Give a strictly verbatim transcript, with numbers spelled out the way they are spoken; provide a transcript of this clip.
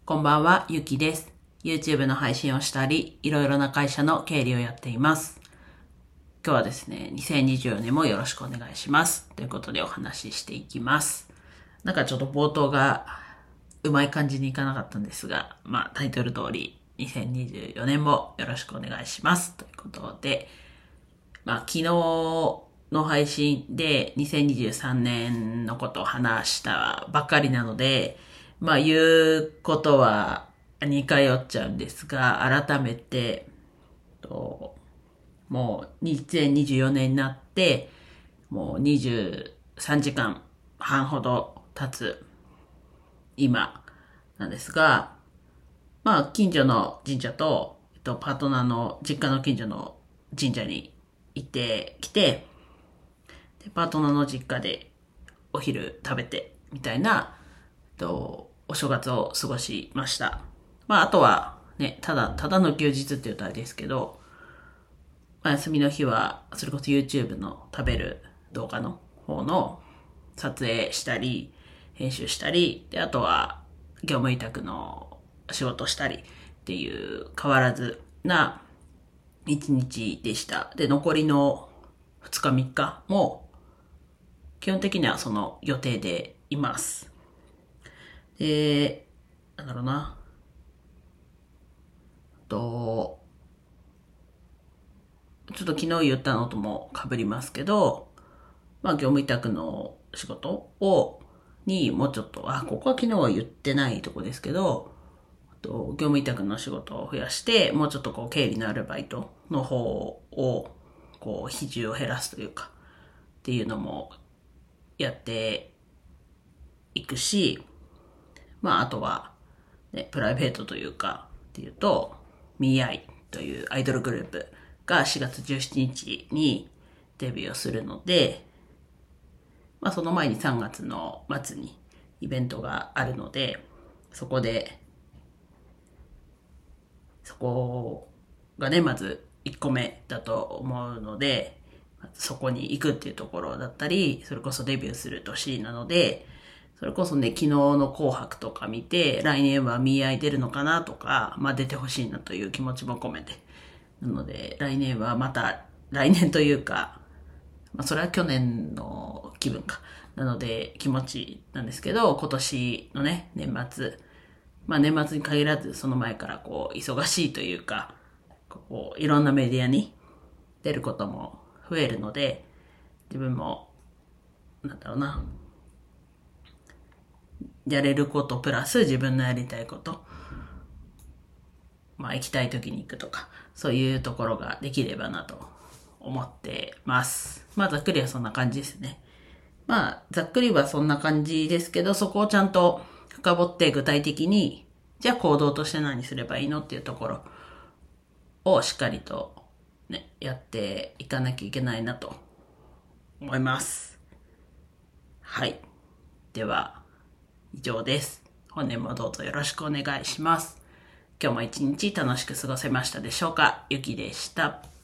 こんばんは、ゆきです。YouTube の配信をしたり、いろいろな会社の経理をやっています。今日はですね、にせんにじゅうよねんもよろしくお願いします。ということでお話ししていきます。なんかちょっと冒頭がうまい感じにいかなかったんですが、まあタイトル通りにせんにじゅうよねんもよろしくお願いします。ということで、まあ昨日の配信でにせんにじゅうさんねんのことを話したばっかりなので、まあ言うことは似通っちゃうんですが、改めて、ともうにせんにじゅうよねんになって、もうにじゅうさんじかんはんほど経つ今なんですが、まあ近所の神社と、えっと、パートナーの実家の近所の神社に行ってきて、でパートナーの実家でお昼食べてみたいな、えっと、お正月を過ごしました。まああとはね、ただ、ただの休日って言うとあれですけど、まあ、休みの日は、それこそ YouTube の食べる動画の方の撮影したり、編集したり、で、あとは業務委託の仕事したりっていう変わらずな一日でした。で、残りのふつかみっかも基本的にはその予定でいます。で、なんだろうな。と、ちょっと昨日言ったのとも被りますけど、まあ業務委託の仕事を、にもうちょっと、あ、ここは昨日は言ってないとこですけど、と業務委託の仕事を増やして、もうちょっとこう経理のアルバイトの方を、こう比重を減らすというか、っていうのもやっていくし、まああとは、ね、プライベートというか、っていうと、ミーアイ というアイドルグループがしがつじゅうしちにちにデビューをするので、まあその前にさんがつの末にイベントがあるので、そこで、そこがね、まずいっこめだと思うので、そこに行くっていうところだったり、それこそデビューする年なので、それこそね、昨日の紅白とか見て、来年はミーアイ出るのかなとか、まあ出てほしいなという気持ちも込めて。なので、来年はまた、来年というか、まあそれは去年の気分か。なので気持ちなんですけど、今年のね、年末、まあ年末に限らずその前からこう、忙しいというか、こう、いろんなメディアに出ることも増えるので、自分も、なんだろうな、やれることプラス自分のやりたいこと、まあ行きたい時に行くとか、そういうところができればなと思ってます。まあざっくりはそんな感じですね。まあざっくりはそんな感じですけど、そこをちゃんと深掘って具体的に、じゃあ行動として何すればいいのっていうところをしっかりとね、やっていかなきゃいけないなと思います。はい。では、以上です。本年もどうぞよろしくお願いします。今日も一日楽しく過ごせましたでしょうか？ゆきでした。